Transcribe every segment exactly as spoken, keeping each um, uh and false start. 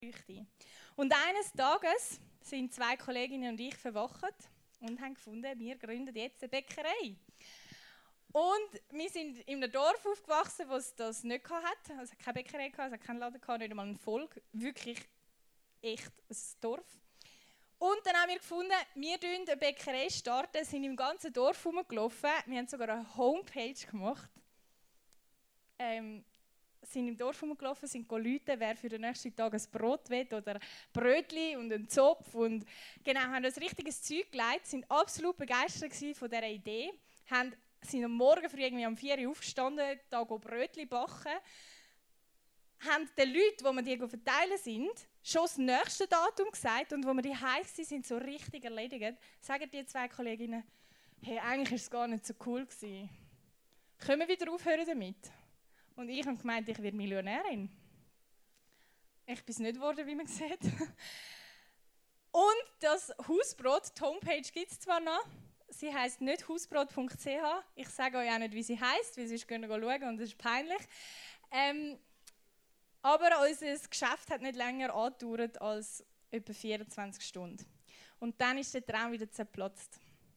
Und eines Tages sind zwei Kolleginnen und ich verwacht und haben gefunden, wir gründen jetzt eine Bäckerei. Und wir sind in einem Dorf aufgewachsen, wo es das nicht hatte. Also keine Bäckerei, es hat keinen Laden, nicht einmal ein Volk. Wirklich echt ein Dorf. Und dann haben wir gefunden, wir starten eine Bäckerei, starten, sind im ganzen Dorf herumgelaufen. Wir haben sogar eine Homepage gemacht. Ähm, sind im Dorf herumgelaufen, sind gerufen, wer für den nächsten Tag ein Brot will oder Brötchen und einen Zopf. Und genau, haben uns richtiges Zeug gelegt, sind absolut begeistert von dieser Idee. Haben, sind am Morgen früh irgendwie um vier Uhr aufgestanden, da Brötchen backen. Haben den Leuten, die wir die verteilen sind, schon das nächste Datum gesagt. Und als wir die heiß sind, so richtig erledigt, sagen die zwei Kolleginnen, hey, eigentlich war es gar nicht so cool gewesen. Können wir wieder aufhören damit? Und ich habe gemeint, ich werde Millionärin. Ich bin es nicht geworden, wie man sieht. Und das Hausbrot, die Homepage gibt es zwar noch, sie heisst nicht hausbrot punkt c h. Ich sage euch auch nicht, wie sie heisst, weil sonst können wir schauen und das ist peinlich. Ähm, aber unser Geschäft hat nicht länger angedauert als etwa vierundzwanzig Stunden. Und dann ist der Traum wieder zerplatzt.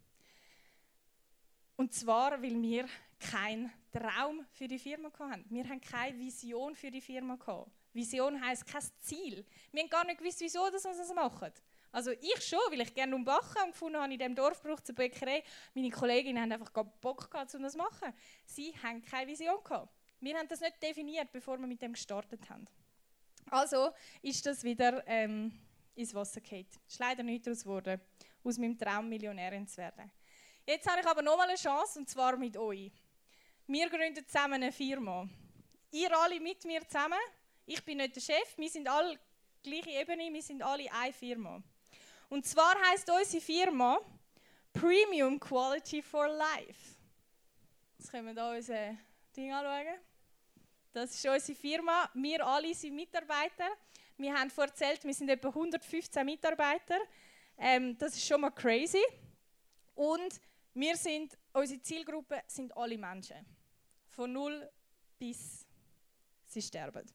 Und zwar, weil wir keinen Traum für die Firma hatten. Wir hatten keine Vision für die Firma. Vision heisst kein Ziel. Wir haben gar nicht gewusst, wieso wir das machen. Also ich schon, weil ich gerne backen und gefunden habe, in diesem Dorf braucht es eine Bäckerei. Meine Kolleginnen haben einfach gar Bock gehabt, um das zu machen. Sie haben keine Vision gehabt. Wir haben das nicht definiert, bevor wir mit dem gestartet haben. Also ist das wieder ähm, ins Wasser gefallen. Es ist leider nichts daraus geworden, aus meinem Traum Millionärin zu werden. Jetzt habe ich aber nochmal eine Chance, und zwar mit euch. Wir gründen zusammen eine Firma. Ihr alle mit mir zusammen. Ich bin nicht der Chef, wir sind alle gleiche Ebene, wir sind alle eine Firma. Und zwar heisst unsere Firma Premium Quality for Life. Jetzt können wir hier unser Ding anschauen. Das ist unsere Firma. Wir alle sind Mitarbeiter. Wir haben vorhin erzählt, wir sind etwa hundertfünfzehn Mitarbeiter. Ähm, das ist schon mal crazy. Und wir sind, unsere Zielgruppe sind alle Menschen. Von null bis sie sterben.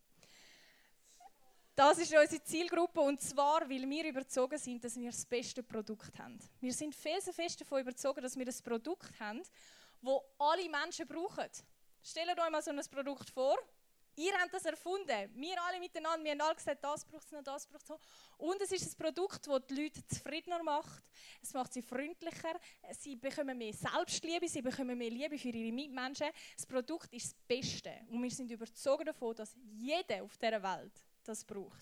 Das ist unsere Zielgruppe, und zwar, weil wir überzeugt sind, dass wir das beste Produkt haben. Wir sind felsenfest davon überzeugt, dass wir ein Produkt haben, das alle Menschen brauchen. Stellt euch mal so ein Produkt vor. Ihr habt das erfunden. Wir alle miteinander, wir haben alle gesagt, das braucht es noch, das braucht es noch. Und es ist ein Produkt, das die Leute zufriedener macht. Es macht sie freundlicher. Sie bekommen mehr Selbstliebe, sie bekommen mehr Liebe für ihre Mitmenschen. Das Produkt ist das Beste. Und wir sind überzeugt davon, dass jeder auf dieser Welt das braucht.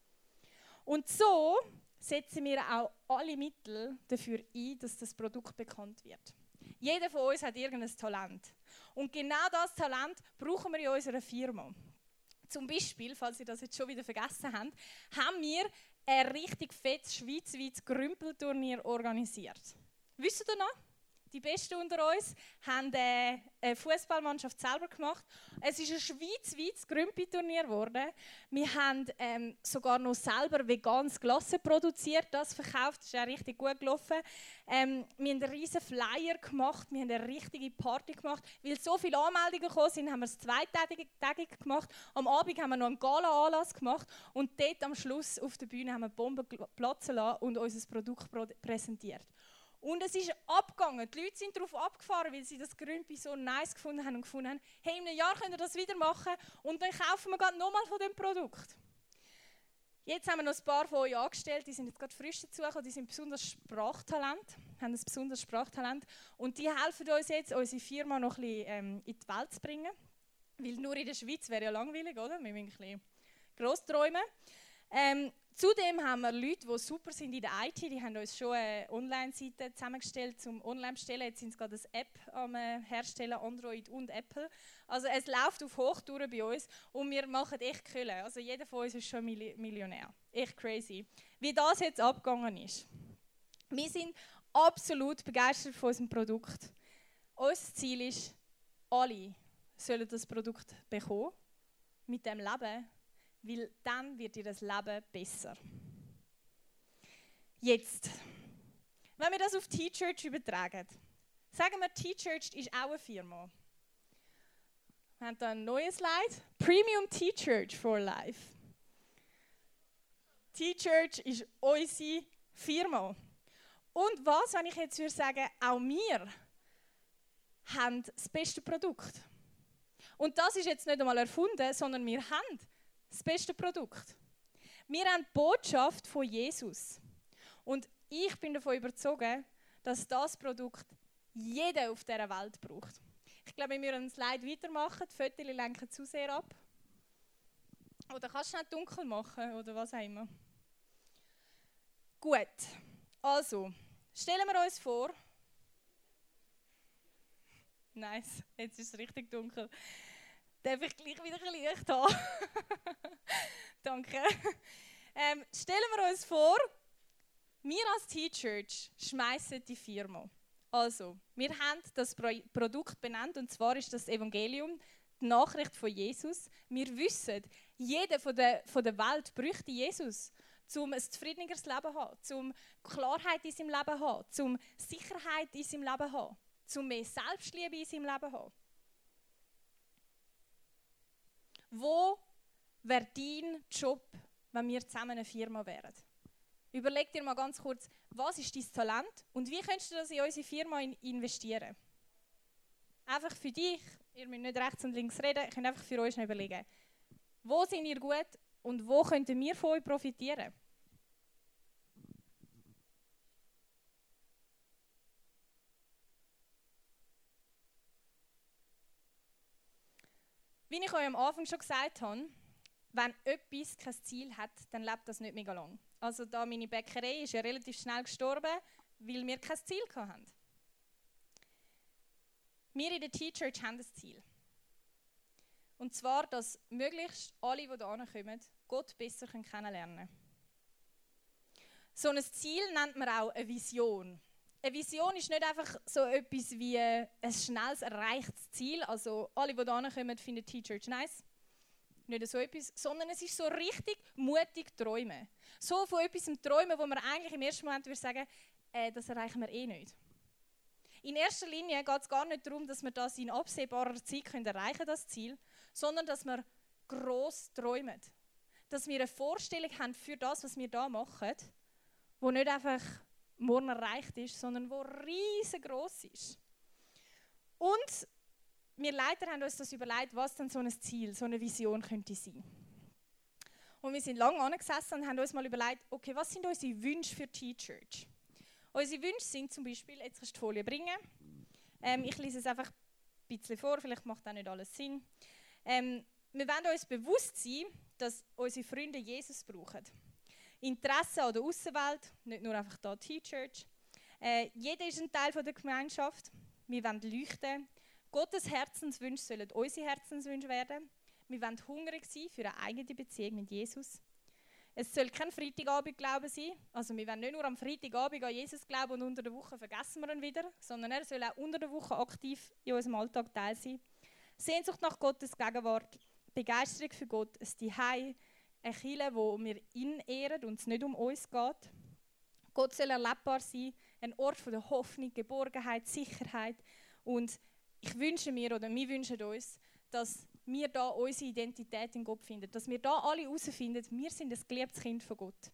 Und so setzen wir auch alle Mittel dafür ein, dass das Produkt bekannt wird. Jeder von uns hat irgendein Talent. Und genau das Talent brauchen wir in unserer Firma. Zum Beispiel, falls ihr das jetzt schon wieder vergessen habt, haben wir ein richtig fettes schweizweites Grümpelturnier organisiert. Wisst ihr noch? Die Besten unter uns haben eine Fußballmannschaft selber gemacht. Es ist ein schweizweites Grümpelturnier geworden. Wir haben ähm, sogar noch selber veganes Glasse produziert, das verkauft, das ist auch richtig gut gelaufen. Ähm, wir haben einen riesen Flyer gemacht, wir haben eine richtige Party gemacht. Weil so viele Anmeldungen gekommen sind, haben wir es zweitägig gemacht. Am Abend haben wir noch einen Gala-Anlass gemacht und dort am Schluss auf der Bühne haben wir Bomben platzen lassen und unser Produkt präsentiert. Und es ist abgegangen. Die Leute sind darauf abgefahren, weil sie das Grümpi so nice gefunden haben und gefunden haben, hey, in einem Jahr könnt ihr das wieder machen und dann kaufen wir gerade nochmal von dem Produkt. Jetzt haben wir noch ein paar von euch angestellt, die sind jetzt gerade frisch dazugekommen, die sind besonders Sprachtalent, haben ein besonderes Sprachtalent und die helfen uns jetzt, unsere Firma noch ein bisschen ähm, in die Welt zu bringen. Weil nur in der Schweiz wäre ja langweilig, oder? Wir müssen ein bisschen gross träumen. Ähm, Zudem haben wir Leute, die super sind in der I T, die haben uns schon eine Online-Seite zusammengestellt zum Online-Bestellen. Jetzt sind sie gerade eine App am Herstellen, Android und Apple. Also es läuft auf Hochtouren bei uns und wir machen echt Kölle. Also jeder von uns ist schon Millionär. Echt crazy. Wie das jetzt abgegangen ist. Wir sind absolut begeistert von unserem Produkt. Unser Ziel ist, alle sollen das Produkt bekommen, mit dem Leben. Weil dann wird ihr das Leben besser. Jetzt, wenn wir das auf T-Church übertragen, sagen wir, T-Church ist auch eine Firma. Wir haben da ein neues Slide. Premium T-Church for Life. T-Church ist unsere Firma. Und was, wenn ich jetzt würde sagen, auch wir haben das beste Produkt. Und das ist jetzt nicht einmal erfunden, sondern wir haben das beste Produkt. Wir haben die Botschaft von Jesus. Und ich bin davon überzeugt, dass das Produkt jeder auf dieser Welt braucht. Ich glaube, wir müssen ein Slide weitermachen. Die Fotos lenken zu sehr ab. Oder kannst du nicht dunkel machen oder was auch immer. Gut, also, stellen wir uns vor. Nice, jetzt ist es richtig dunkel. Darf ich gleich wieder ein Licht haben? Danke. Ähm, stellen wir uns vor, wir als T-Church schmeißen die Firma. Also, wir haben das Pro- Produkt benannt, und zwar ist das Evangelium, die Nachricht von Jesus. Wir wissen, jeder von der, von der Welt bräuchte Jesus, um ein zufriedeneres Leben zu haben, um Klarheit in seinem Leben zu haben, um Sicherheit in seinem Leben zu haben, um mehr Selbstliebe in seinem Leben zu haben. Wo wäre dein Job, wenn wir zusammen eine Firma wären? Überleg dir mal ganz kurz, was ist dein Talent und wie könntest du das in unsere Firma in investieren? Einfach für dich, ihr müsst nicht rechts und links reden, ihr könnt einfach für euch überlegen, wo sind ihr gut und wo könnten wir von euch profitieren? Wie ich euch am Anfang schon gesagt habe, wenn etwas kein Ziel hat, dann lebt das nicht mega lang. Also da meine Bäckerei ist ja relativ schnell gestorben, weil wir kein Ziel hatten. Wir in der T-Church haben ein Ziel. Und zwar, dass möglichst alle, die hierher kommen, Gott besser kennenlernen können. So ein Ziel nennt man auch eine Vision. Eine Vision ist nicht einfach so etwas wie ein schnelles erreichtes Ziel. Also alle, die hierher kommen, finden T-Church nice. Nicht so etwas, sondern es ist so richtig mutig träumen. So von etwas träumen, wo man eigentlich im ersten Moment würde sagen, äh, das erreichen wir eh nicht. In erster Linie geht es gar nicht darum, dass wir das in absehbarer Zeit können erreichen können, das Ziel, sondern dass wir gross träumen. Dass wir eine Vorstellung haben für das, was wir hier machen, wo nicht einfach morgen erreicht ist, sondern wo riesengroß ist. Und wir Leiter haben uns das überlegt, was denn so ein Ziel, so eine Vision könnte sein. Und wir sind lange angesessen und haben uns mal überlegt, okay, was sind unsere Wünsche für T-Church? Unsere Wünsche sind zum Beispiel, jetzt kannst du die Folie bringen. Ähm, ich lese es einfach ein bisschen vor, vielleicht macht auch nicht alles Sinn. Ähm, wir wollen uns bewusst sein, dass unsere Freunde Jesus brauchen. Interesse an der Aussenwelt, nicht nur einfach hier T-Church. Äh, jeder ist ein Teil von der Gemeinschaft. Wir wollen leuchten. Gottes Herzenswünsche sollen unsere Herzenswünsche werden. Wir wollen hungrig sein für eine eigene Beziehung mit Jesus. Es soll kein Freitagabend-Glaube sein. Also wir wollen nicht nur am Freitagabend an Jesus glauben und unter der Woche vergessen wir ihn wieder, sondern er soll auch unter der Woche aktiv in unserem Alltag Teil sein. Sehnsucht nach Gottes Gegenwart, Begeisterung für Gott, ein Zuhause, eine Kirche, wo wir ihn ehren und es nicht um uns geht. Gott soll erlebbar sein, ein Ort von der Hoffnung, Geborgenheit, Sicherheit. Und ich wünsche mir, oder wir wünschen uns, dass wir da unsere Identität in Gott finden. Dass wir da alle herausfinden, wir sind ein geliebtes Kind von Gott.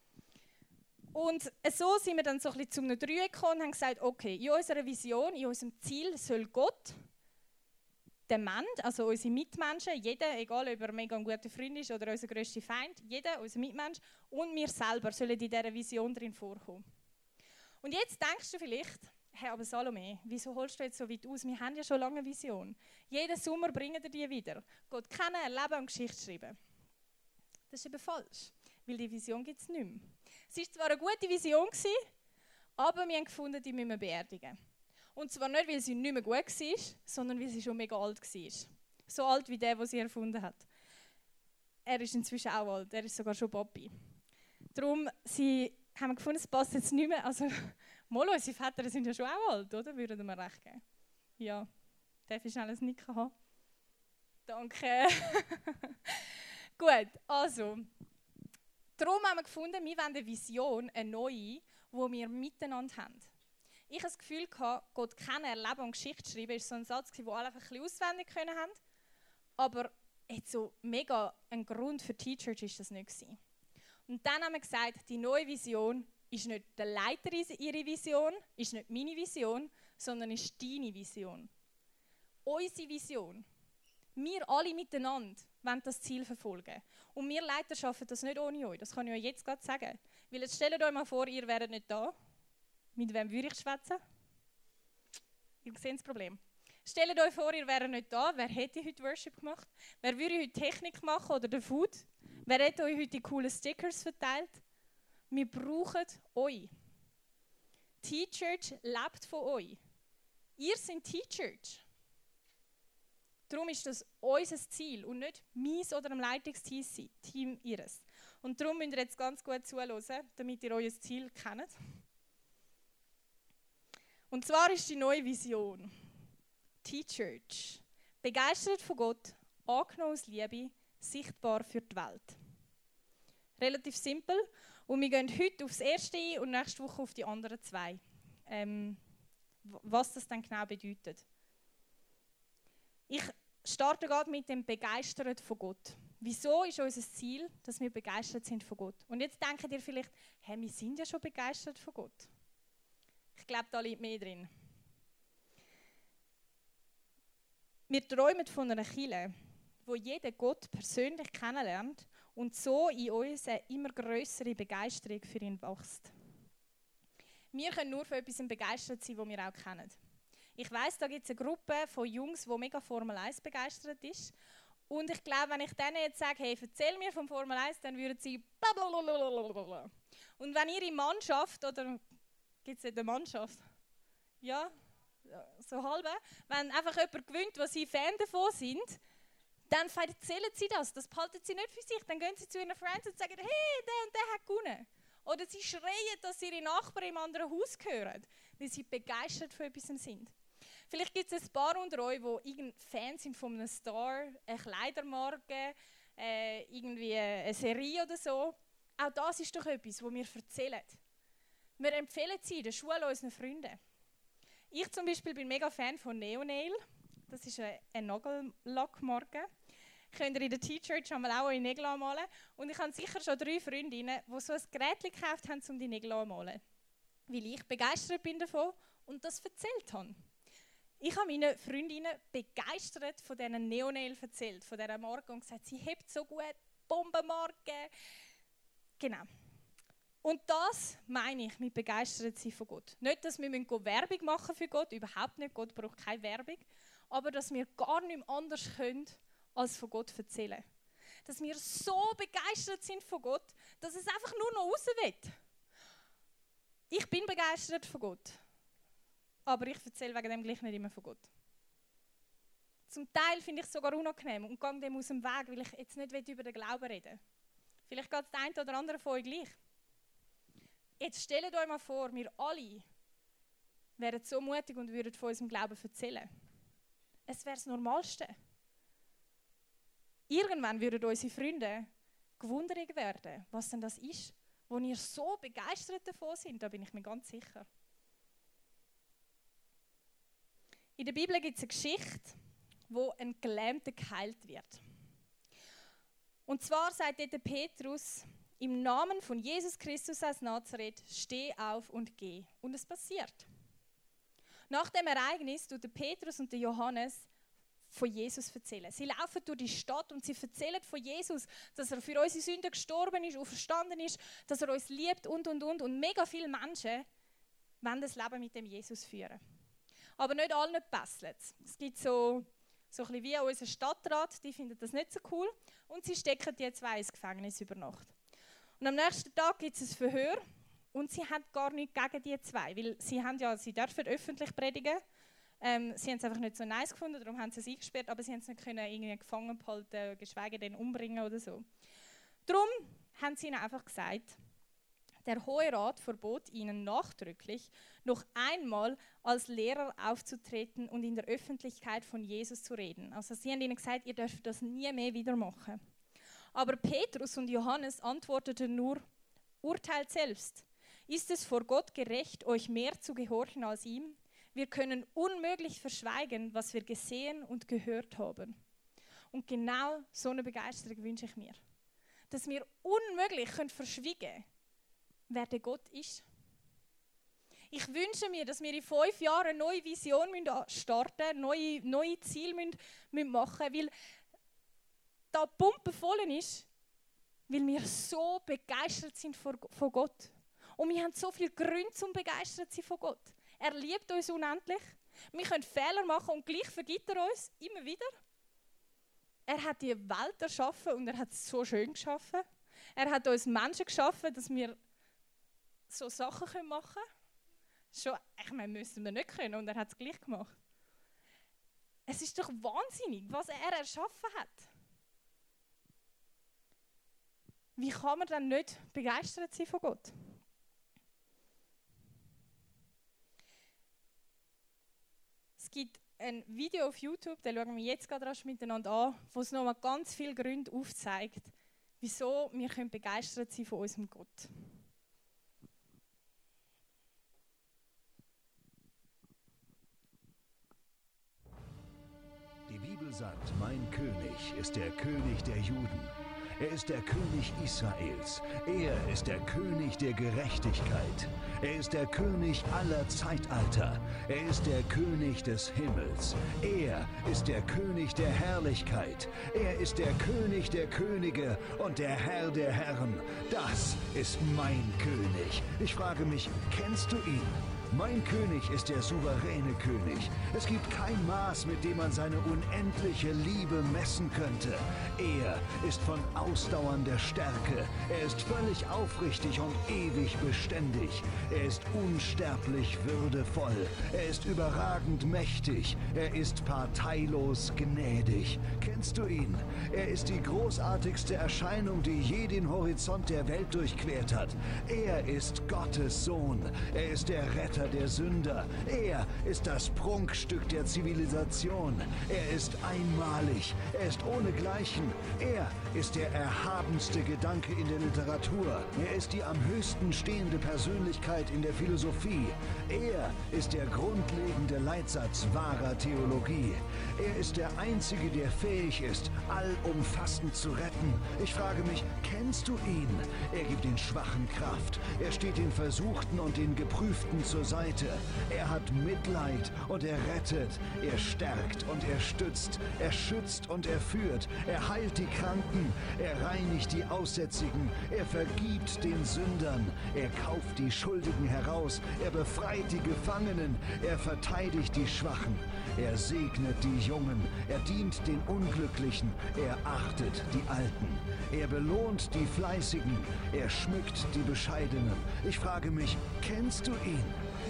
Und so sind wir dann so ein bisschen zum Dreieck gekommen und haben gesagt, okay, in unserer Vision, in unserem Ziel soll Gott, der Mensch, also unsere Mitmenschen, jeder, egal ob er mega ein guter Freund ist oder unser grösster Feind, jeder, unser Mitmensch und wir selber sollen in dieser Vision drin vorkommen. Und jetzt denkst du vielleicht, hey, aber Salome, wieso holst du jetzt so weit aus? Wir haben ja schon lange eine Vision. Jeden Sommer bringen wir die wieder. Gott kennen, erleben und Geschichte schreiben. Das ist eben falsch, weil die Vision gibt es nicht mehr. Es war zwar eine gute Vision, aber wir haben gefunden, die müssen wir beerdigen. Und zwar nicht, weil sie nicht mehr gut war, sondern weil sie schon mega alt war. So alt wie der, der sie erfunden hat. Er ist inzwischen auch alt, er ist sogar schon Papi. Darum sie haben wir gefunden, es passt jetzt nicht mehr. Also, mal, unsere Väter sind ja schon auch alt, oder? Würden wir recht geben? Ja, darf ich schnell ein Nicken haben? Danke. Gut, also. Darum haben wir gefunden, wir wollen eine Vision, eine neue, die wir miteinander haben. Ich hatte das Gefühl, Gott kennen, erleben und Geschichte schreiben, ist so ein Satz, den alle einfach ein bisschen auswendig können haben. Aber jetzt so mega ein Grund für T-Church ist das nicht gewesen. Und dann haben wir gesagt, die neue Vision ist nicht der Leiter ihre Vision, ist nicht meine Vision, sondern ist deine Vision. Unsere Vision. Wir alle miteinander wollen das Ziel verfolgen. Und wir Leiter schaffen das nicht ohne euch. Das kann ich euch jetzt gerade sagen. Weil jetzt stellt euch mal vor, ihr wäret nicht da. Mit wem würde ich schwätzen? Ihr seht das Problem. Stellt euch vor, ihr wäret nicht da. Wer hätte heute Worship gemacht? Wer würde heute Technik machen oder den Food? Wer hätte euch heute die coolen Stickers verteilt? Wir brauchen euch. T-Church lebt von euch. Ihr seid T-Church. Darum ist das unser Ziel und nicht meins oder dem Leitungsteam ihres. Und darum müsst ihr jetzt ganz gut zuhören, damit ihr euer Ziel kennt. Und zwar ist die neue Vision. T-Church. Begeistert von Gott, angenommen aus Liebe, sichtbar für die Welt. Relativ simpel. Und wir gehen heute auf das erste ein und nächste Woche auf die anderen zwei. Ähm, was das dann genau bedeutet. Ich starte gerade mit dem Begeistert von Gott. Wieso ist unser Ziel, dass wir begeistert sind von Gott? Und jetzt denkt ihr vielleicht, hey, wir sind ja schon begeistert von Gott. Ich glaube, da liegt mehr drin. Wir träumen von einer Kirche, wo jeder Gott persönlich kennenlernt und so in uns eine immer grössere Begeisterung für ihn wächst. Wir können nur für etwas begeistert sein, das wir auch kennen. Ich weiss, da gibt es eine Gruppe von Jungs, die mega Formel eins begeistert ist. Und ich glaube, wenn ich denen jetzt sage, hey, erzähl mir vom Formel eins, dann würden sie blablabla. Und wenn ihre Mannschaft, oder gibt es nicht eine Mannschaft? Ja, so halbe. Wenn einfach jemand gewinnt, wo sie Fan davon sind, dann erzählen sie das. Das behalten sie nicht für sich. Dann gehen sie zu ihren Freunden und sagen, hey, der und der hat gewonnen. Oder sie schreien, dass ihre Nachbarn im anderen Haus hören, weil sie begeistert von etwas sind. Vielleicht gibt es ein paar unter euch, die Fans sind von einem Star, eine Kleidermarke, äh, irgendwie eine Serie oder so. Auch das ist doch etwas, was wir erzählen. Wir empfehlen sie in der Schule unseren Freunden. Ich zum Beispiel bin mega Fan von Neonail. Das ist eine, eine Nagellackmarke. Könnt ihr in der T-Church einmal auch eure Nägel anmalen. Und ich habe sicher schon drei Freundinnen, die so ein Gerät gekauft haben, um die Nägel anzumalen. Weil ich begeistert bin davon und das erzählt habe. Ich habe meinen Freundinnen begeistert von diesen Neonail erzählt, von dieser Marke und gesagt, sie hebt so gut, Bombenmarke. Genau. Und das meine ich mit begeistert sein von Gott. Nicht, dass wir Werbung machen für Gott, überhaupt nicht, Gott braucht keine Werbung, aber dass wir gar nicht anders können, als von Gott erzählen. Dass wir so begeistert sind von Gott, dass es einfach nur noch raus will. Ich bin begeistert von Gott, aber ich erzähle wegen dem gleich nicht immer von Gott. Zum Teil finde ich es sogar unangenehm und gehe dem aus dem Weg, weil ich jetzt nicht über den Glauben reden will. Vielleicht geht es der eine oder andere von euch gleich. Jetzt stellt euch mal vor, wir alle wären so mutig und würden von unserem Glauben erzählen. Es wäre das Normalste. Irgendwann würden unsere Freunde gewundert werden, was denn das ist, wo ihr so begeistert davon sind, da bin ich mir ganz sicher. In der Bibel gibt es eine Geschichte, wo ein Gelähmter geheilt wird. Und zwar sagt dort Petrus, im Namen von Jesus Christus aus Nazareth, steh auf und geh. Und es passiert. Nach dem Ereignis tut der Petrus und der Johannes von Jesus erzählen. Sie laufen durch die Stadt und sie erzählen von Jesus, dass er für unsere Sünden gestorben ist, auferstanden ist, dass er uns liebt und, und, und. Und mega viele Menschen wollen das Leben mit dem Jesus führen. Aber nicht allen passt es. Es gibt so, so ein bisschen wie unser Stadtrat, die finden das nicht so cool. Und sie stecken die zwei ins Gefängnis über Nacht. Und am nächsten Tag gibt es ein Verhör und sie haben gar nichts gegen die zwei, weil sie, haben ja, sie dürfen öffentlich predigen. Ähm, sie haben es einfach nicht so nice gefunden, darum haben sie es eingesperrt, aber sie haben es nicht können irgendwie gefangen behalten, geschweige denn umbringen oder so. Darum haben sie ihnen einfach gesagt, der Hohe Rat verbot ihnen nachdrücklich, noch einmal als Lehrer aufzutreten und in der Öffentlichkeit von Jesus zu reden. Also sie haben ihnen gesagt, ihr dürft das nie mehr wieder machen. Aber Petrus und Johannes antworteten nur, urteilt selbst. Ist es vor Gott gerecht, euch mehr zu gehorchen als ihm? Wir können unmöglich verschweigen, was wir gesehen und gehört haben. Und genau so eine Begeisterung wünsche ich mir. dass wir unmöglich verschwiegen können, wer der Gott ist. Ich wünsche mir, dass wir in fünf Jahren eine neue Vision starten müssen, neue, neue Ziele müssen machen müssen, weil da die Pumpe voll ist, weil wir so begeistert sind von Gott. Und wir haben so viele Gründe, um begeistert zu sein von Gott. Er liebt uns unendlich. Wir können Fehler machen und gleich vergibt er uns, immer wieder. Er hat die Welt erschaffen und er hat es so schön geschaffen. Er hat uns Menschen geschaffen, dass wir so Sachen machen können. Schon, ich meine, müssen wir nicht können und er hat es gleich gemacht. Es ist doch wahnsinnig, was er erschaffen hat. Wie kann man dann nicht begeistert sein von Gott? Es gibt ein Video auf YouTube, das schauen wir jetzt gerade rasch miteinander an, wo es nochmal ganz viele Gründe aufzeigt, wieso wir können begeistert sein von unserem Gott. Die Bibel sagt, mein König ist der König der Juden. Er ist der König Israels. Er ist der König der Gerechtigkeit. Er ist der König aller Zeitalter. Er ist der König des Himmels. Er ist der König der Herrlichkeit. Er ist der König der Könige und der Herr der Herren. Das ist mein König. Ich frage mich, kennst du ihn? Mein König ist der souveräne König. Es gibt kein Maß, mit dem man seine unendliche Liebe messen könnte. Er ist von ausdauernder Stärke. Er ist völlig aufrichtig und ewig beständig. Er ist unsterblich würdevoll. Er ist überragend mächtig. Er ist parteilos gnädig. Kennst du ihn? Er ist die großartigste Erscheinung, die je den Horizont der Welt durchquert hat. Er ist Gottes Sohn. Er ist der Retter der Sünder. Er ist das Prunkstück der Zivilisation. Er ist einmalig. Er ist ohnegleichen. Er ist der erhabenste Gedanke in der Literatur. Er ist die am höchsten stehende Persönlichkeit in der Philosophie. Er ist der grundlegende Leitsatz wahrer Theologie. Er ist der Einzige, der fähig ist, allumfassend zu retten. Ich frage mich, kennst du ihn? Er gibt den Schwachen Kraft. Er steht den Versuchten und den Geprüften zur Seite. Er hat Mitleid und er rettet. Er stärkt und er stützt. Er schützt und er führt. Er heilt die Kranken. Er reinigt die Aussätzigen. Er vergibt den Sündern. Er kauft die Schuldigen heraus. Er befreit die Gefangenen. Er verteidigt die Schwachen. Er segnet die Jungen. Er dient den Unglücklichen. Er achtet die Alten. Er belohnt die Fleißigen. Er schmückt die Bescheidenen. Ich frage mich, kennst du ihn?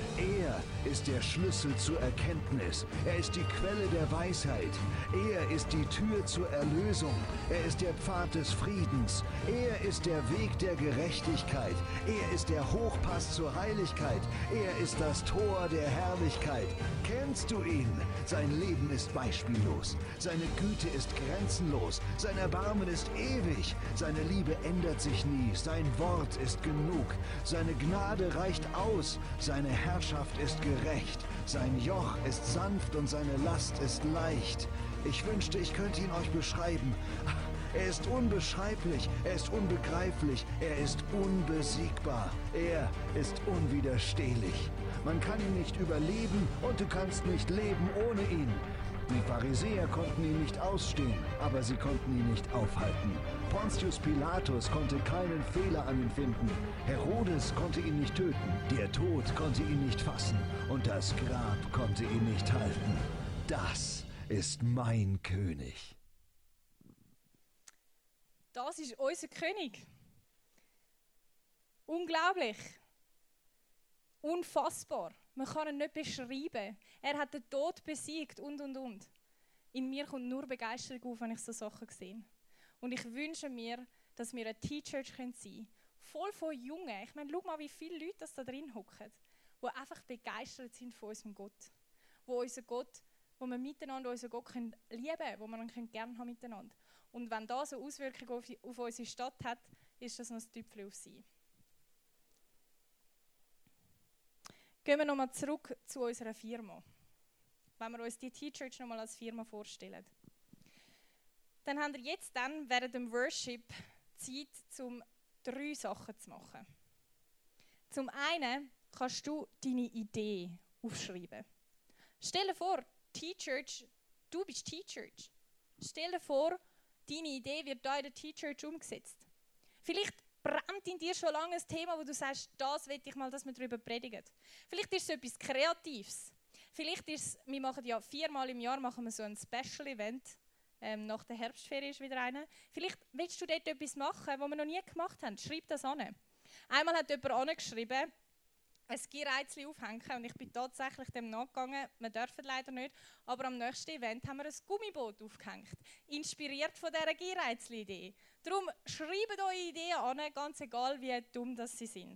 Er ist der Schlüssel zur Erkenntnis. Er ist die Quelle der Weisheit. Er ist die Tür zur Erlösung. Er ist der Pfad des Friedens. Er ist der Weg der Gerechtigkeit. Er ist der Hochpass zur Heiligkeit. Er ist das Tor der Herrlichkeit. Kennst du ihn? Sein Leben ist beispiellos. Seine Güte ist grenzenlos. Sein Erbarmen ist ewig. Seine Liebe ändert sich nie. Sein Wort ist genug. Seine Gnade reicht aus. Seine Herrschaft ist gerecht. Sein Joch ist sanft und seine Last ist leicht. Ich wünschte, ich könnte ihn euch beschreiben. Er ist unbeschreiblich, er ist unbegreiflich, er ist unbesiegbar. Er ist unwiderstehlich. Man kann ihn nicht überleben und du kannst nicht leben ohne ihn. Die Pharisäer konnten ihn nicht ausstehen, aber sie konnten ihn nicht aufhalten. Pontius Pilatus konnte keinen Fehler an ihm finden. Herodes konnte ihn nicht töten. Der Tod konnte ihn nicht fassen. Und das Grab konnte ihn nicht halten. Das ist mein König. Das ist unser König. Unglaublich. Unfassbar. Man kann ihn nicht beschreiben. Er hat den Tod besiegt und, und, und. In mir kommt nur Begeisterung auf, wenn ich so Sachen sehe. Und ich wünsche mir, dass wir eine T-Church sein können, voll von Jungen. Ich meine, schau mal, wie viele Leute das da drin hocken, die einfach begeistert sind von unserem Gott. Wo unser Gott, wo wir miteinander unseren Gott können lieben können, wo wir ihn gerne haben miteinander. Und wenn das eine Auswirkung auf, auf unsere Stadt hat, ist das noch ein Tüpfchen auf sie. Gehen wir nochmal zurück zu unserer Firma. Wenn wir uns die T-Church nochmal als Firma vorstellen. Dann haben wir jetzt dann während dem Worship Zeit, um drei Sachen zu machen. Zum einen kannst du deine Idee aufschreiben. Stell dir vor, T-Church, du bist T-Church. Stell dir vor, deine Idee wird da in der T-Church umgesetzt. Vielleicht brennt in dir schon lange ein Thema, wo du sagst, das will ich mal, dass wir darüber predigen. Vielleicht ist es etwas Kreatives. Vielleicht ist es, wir machen ja viermal im Jahr machen wir so ein Special-Event. Ähm, nach der Herbstferie ist wieder eine. Vielleicht willst du dort etwas machen, was wir noch nie gemacht haben. Schreib das an. Einmal hat jemand angeschrieben, ein Gierreizli aufhängen, und ich bin tatsächlich dem nachgegangen. Wir dürfen leider nicht, aber am nächsten Event haben wir ein Gummiboot aufgehängt, inspiriert von dieser Gierreizli-Idee. Darum schreibt eure Ideen an, ganz egal wie dumm das sie sind.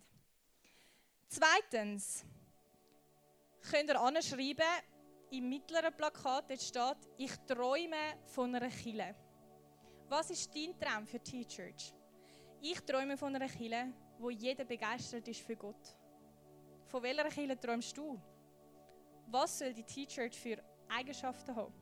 Zweitens könnt ihr anschreiben, im mittleren Plakat dort steht, ich träume von einer Kirche. Was ist dein Traum für T-Church? Ich träume von einer Kirche, wo jeder begeistert ist für Gott. Von welcher Kirche träumst du? Was soll die T-Church für Eigenschaften haben?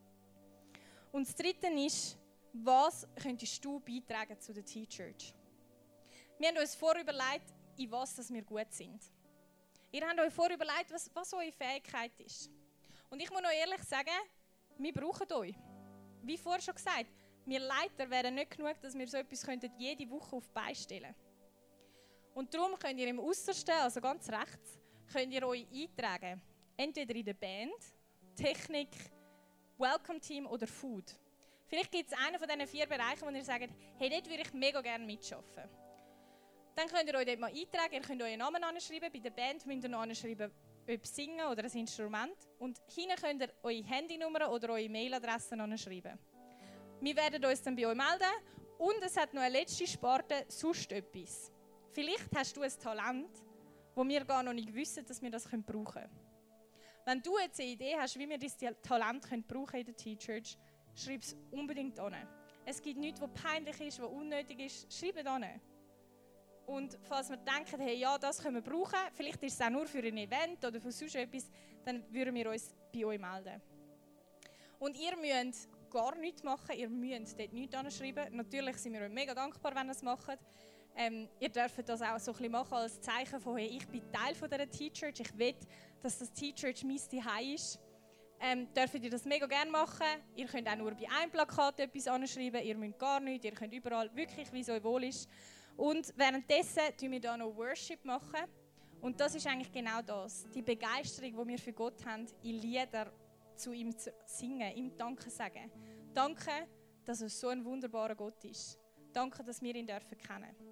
Und das Dritte ist, was könntest du beitragen zu der T-Church? Wir haben uns vorüberlegt, in was dass wir gut sind. Ihr habt euch vorüberlegt, was, was eure Fähigkeit ist. Und ich muss euch ehrlich sagen, wir brauchen euch. Wie vorher schon gesagt, wir Leiter wären nicht genug, dass wir so etwas jede Woche auf die Beine stellen könnten. Und darum könnt ihr im Aussersten, also ganz rechts, könnt ihr euch eintragen. Entweder in der Band, Technik, Welcome Team oder Food. Vielleicht gibt es einen von diesen vier Bereichen, wo ihr sagt, hey, dort würde ich mega gerne mitarbeiten. Dann könnt ihr euch dort mal eintragen, ihr könnt euren Namen anschreiben. Bei der Band müsst ihr noch anschreiben, ob Singen oder ein Instrument. Und hinten könnt ihr eure Handynummer oder eure Mailadresse anschreiben. Wir werden uns dann bei euch melden. Und es hat noch eine letzte Sparte, sonst etwas. Vielleicht hast du ein Talent, wo wir gar noch nicht wissen, dass wir das brauchen können. Wenn du jetzt eine Idee hast, wie wir dieses Talent brauchen in der T-Church, schreib es unbedingt an. Es gibt nichts, was peinlich ist, was unnötig ist. Schreib es an. Und falls wir denken, hey, ja, das können wir brauchen, vielleicht ist es auch nur für ein Event oder für sonst etwas, dann würden wir uns bei euch melden. Und ihr müsst gar nichts machen, ihr müsst dort nichts anschreiben. Natürlich sind wir euch mega dankbar, wenn ihr es macht. Ähm, ihr dürft das auch so ein bisschen machen als Zeichen von, hey, ich bin Teil von dieser T-Church, ich will, dass das T-Church mein Zuhause ist. Ähm, dürft ihr das mega gerne machen. Ihr könnt auch nur bei einem Plakat etwas anschreiben, ihr müsst gar nichts, ihr könnt überall wirklich, wie es euch wohl ist. Und währenddessen machen wir hier noch Worship. Machen. Und das ist eigentlich genau das, die Begeisterung, die wir für Gott haben, in Lieder zu ihm zu singen, ihm Danke sagen. Danke, dass er so ein wunderbarer Gott ist. Danke, dass wir ihn dürfen kennen.